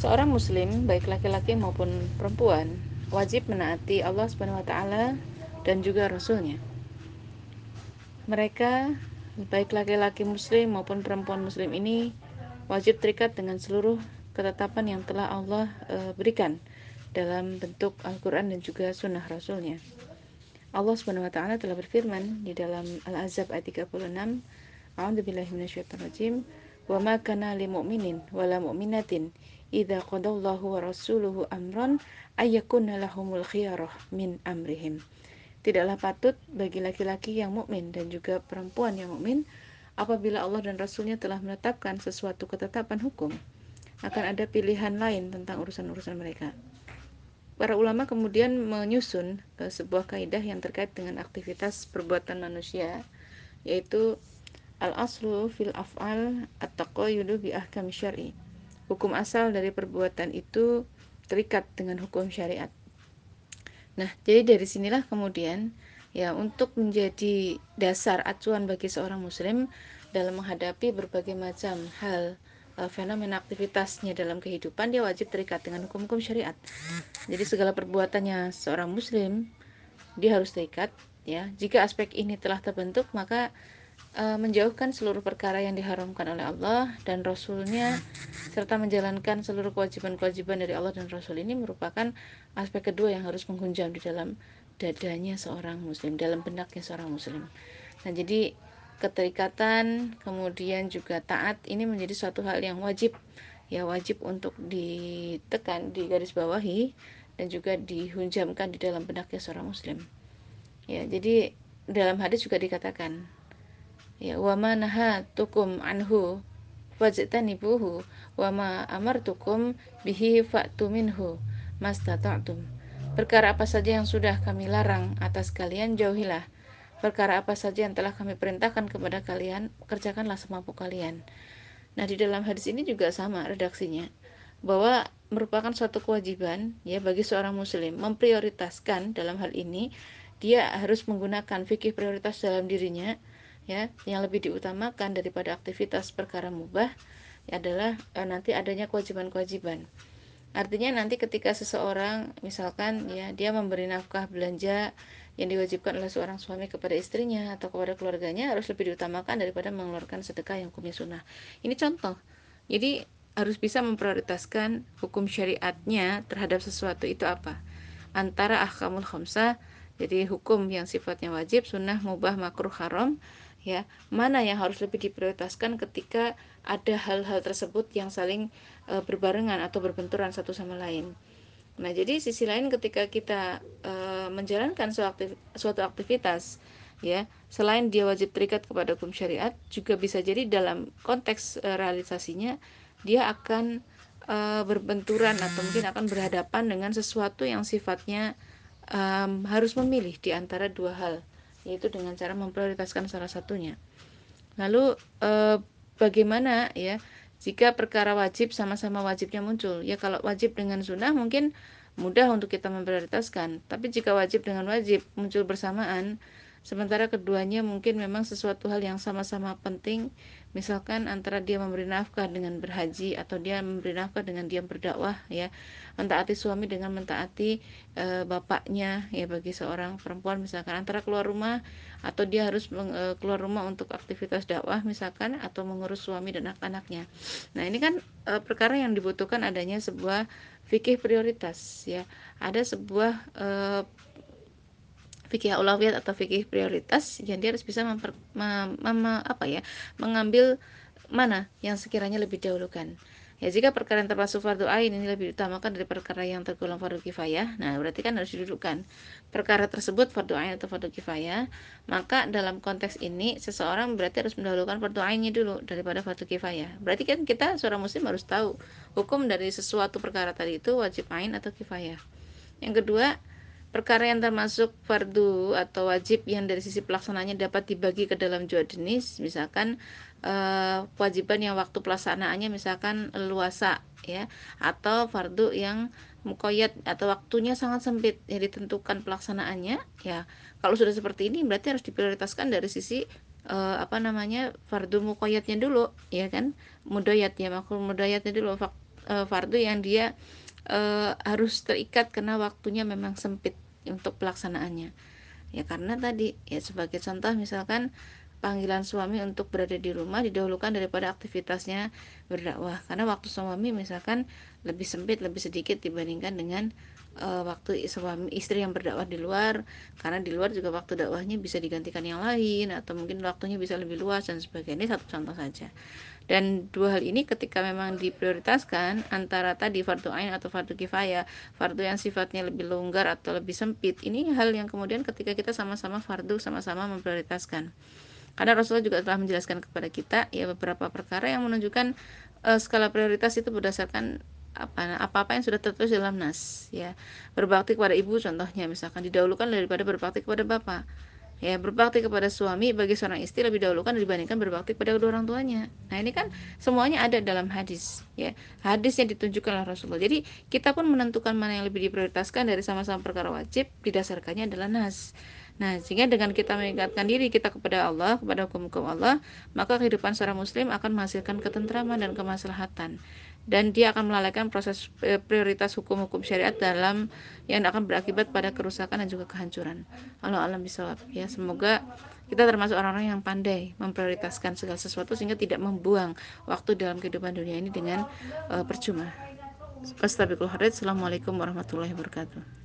Seorang muslim, baik laki-laki maupun perempuan, wajib menaati Allah Subhanahu wa taala dan juga rasulnya. Mereka, baik laki-laki muslim maupun perempuan muslim ini wajib terikat dengan seluruh ketetapan yang telah Allah berikan dalam bentuk Al-Quran dan juga sunnah rasulnya. Allah Subhanahu wa taala telah berfirman di dalam Al-Ahzab ayat 36, A'udzubillahi minasyaitonirrajim, "Wa ma kana lil mu'minin wala mu'minatin idza qadallahu wa rasuluhu amran ayyakuna lahumul khiyarah min amrihim." Tidaklah patut bagi laki-laki yang mukmin dan juga perempuan yang mukmin apabila Allah dan Rasulnya telah menetapkan sesuatu ketetapan hukum, akan ada pilihan lain tentang urusan-urusan mereka. Para ulama kemudian menyusun sebuah kaidah yang terkait dengan aktivitas perbuatan manusia, yaitu al-aslu fil af'al at-taqayyudu bi ahkam syar'i. Hukum asal dari perbuatan itu terikat dengan hukum syariat. Nah, jadi dari sinilah kemudian ya untuk menjadi dasar acuan bagi seorang muslim dalam menghadapi berbagai macam hal, fenomena aktivitasnya dalam kehidupan, dia wajib terikat dengan hukum-hukum syariat. Jadi segala perbuatannya seorang muslim dia harus terikat, ya. Jika aspek ini telah terbentuk, maka menjauhkan seluruh perkara yang diharamkan oleh Allah dan Rasulnya serta menjalankan seluruh kewajiban-kewajiban dari Allah dan Rasul ini merupakan aspek kedua yang harus menghunjam di dalam dadanya seorang muslim, dalam benaknya seorang muslim. Nah, jadi keterikatan kemudian juga taat ini menjadi suatu hal yang wajib, ya, wajib untuk ditekan, digarisbawahi dan juga dihunjamkan di dalam benaknya seorang muslim. Ya, jadi dalam hadis juga dikatakan, ya, wa ma nahatukum anhu fajtanibuhu wa ma amartukum bihi fa'tu minhu mastata'tum. Perkara apa saja yang sudah kami larang atas kalian, jauhilah. Perkara apa saja yang telah kami perintahkan kepada kalian, kerjakanlah semampu kalian. Nah, di dalam hadis ini juga sama redaksinya, bahwa merupakan suatu kewajiban ya bagi seorang muslim memprioritaskan dalam hal ini, dia harus menggunakan fikih prioritas dalam dirinya, ya, yang lebih diutamakan daripada aktivitas perkara mubah adalah nanti adanya kewajiban-kewajiban. Artinya nanti ketika seseorang misalkan ya dia memberi nafkah belanja yang diwajibkan oleh seorang suami kepada istrinya atau kepada keluarganya harus lebih diutamakan daripada mengeluarkan sedekah yang hukumnya sunnah. Ini contoh. Jadi harus bisa memprioritaskan hukum syariatnya terhadap sesuatu itu apa. Antara ahkamul khamsah, jadi hukum yang sifatnya wajib, sunnah, mubah, makruh, haram, ya, mana yang harus lebih diprioritaskan ketika ada hal-hal tersebut yang saling berbarengan atau berbenturan satu sama lain. Nah, jadi sisi lain ketika kita menjalankan suatu aktivitas, ya, selain dia wajib terikat kepada hukum syariat, juga bisa jadi dalam konteks realisasinya dia akan berbenturan atau mungkin akan berhadapan dengan sesuatu yang sifatnya harus memilih di antara dua hal, yaitu dengan cara memprioritaskan salah satunya. Lalu bagaimana ya jika perkara wajib sama-sama wajibnya muncul? Ya, kalau wajib dengan sunnah mungkin mudah untuk kita memprioritaskan, tapi jika wajib dengan wajib muncul bersamaan, sementara keduanya mungkin memang sesuatu hal yang sama-sama penting, misalkan antara dia memberi nafkah dengan berhaji atau dia memberi nafkah dengan dia berdakwah, ya, mentaati suami dengan mentaati bapaknya, ya, bagi seorang perempuan misalkan antara keluar rumah atau dia harus keluar rumah untuk aktivitas dakwah misalkan atau mengurus suami dan anak-anaknya. Nah, ini kan perkara yang dibutuhkan adanya sebuah fikih prioritas, ya. Ada sebuah fikih aulawiyat atau fikih prioritas yang dia harus bisa mengambil mana yang sekiranya lebih dahulukan. Ya, jika perkara yang termasuk fardu ain ini lebih utamakan dari perkara yang tergolong fardu kifayah, nah berarti kan harus didudukkan perkara tersebut fardu ain atau fardu kifayah. Maka dalam konteks ini seseorang berarti harus mendahulukan fardu ainnya dulu daripada fardu kifayah. Berarti kan kita seorang muslim harus tahu hukum dari sesuatu perkara tadi itu wajib ain atau kifayah. Yang kedua, perkara yang termasuk fardu atau wajib yang dari sisi pelaksananya dapat dibagi ke dalam dua jenis, misalkan kewajiban yang waktu pelaksanaannya misalkan luasa, ya, atau fardu yang muqayyad atau waktunya sangat sempit yang ditentukan pelaksanaannya, ya. Kalau sudah seperti ini berarti harus diprioritaskan dari sisi fardu muqayyadnya dulu, ya kan, mudayat, ya, makhluk mudayatnya dulu, fardu yang dia harus terikat karena waktunya memang sempit untuk pelaksanaannya. Ya karena tadi ya sebagai contoh misalkan panggilan suami untuk berada di rumah didahulukan daripada aktivitasnya berdakwah karena waktu suami misalkan lebih sempit lebih sedikit dibandingkan dengan waktu suami istri yang berdakwah di luar, karena di luar juga waktu dakwahnya bisa digantikan yang lain atau mungkin waktunya bisa lebih luas dan sebagainya. Ini satu contoh saja. Dan dua hal ini ketika memang diprioritaskan antara tadi fardu ain atau fardu kifayah, fardu yang sifatnya lebih longgar atau lebih sempit, ini hal yang kemudian ketika kita sama-sama fardu sama-sama memprioritaskan. Karena Rasulullah juga telah menjelaskan kepada kita ya beberapa perkara yang menunjukkan skala prioritas itu berdasarkan apa-apa yang sudah tertulis dalam nas ya. Berbakti kepada ibu contohnya misalkan didahulukan daripada berbakti kepada bapak. Ya, berbakti kepada suami bagi seorang istri lebih dahulukan dibandingkan berbakti kepada kedua orang tuanya. Nah, ini kan semuanya ada dalam hadis, ya. Hadis yang ditunjukkan oleh Rasulullah. Jadi, kita pun menentukan mana yang lebih diprioritaskan dari sama-sama perkara wajib, didasarkannya adalah nas. Nah, sehingga dengan kita mengingatkan diri kita kepada Allah, kepada hukum-hukum Allah, maka kehidupan seorang muslim akan menghasilkan ketentraman dan kemaslahatan. Dan dia akan melalaikan proses prioritas hukum-hukum syariat dalam yang akan berakibat pada kerusakan dan juga kehancuran. Allah alam bisawab ya, semoga kita termasuk orang-orang yang pandai memprioritaskan segala sesuatu sehingga tidak membuang waktu dalam kehidupan dunia ini dengan percuma. Astagfirullahaladzim. Assalamualaikum warahmatullahi wabarakatuh.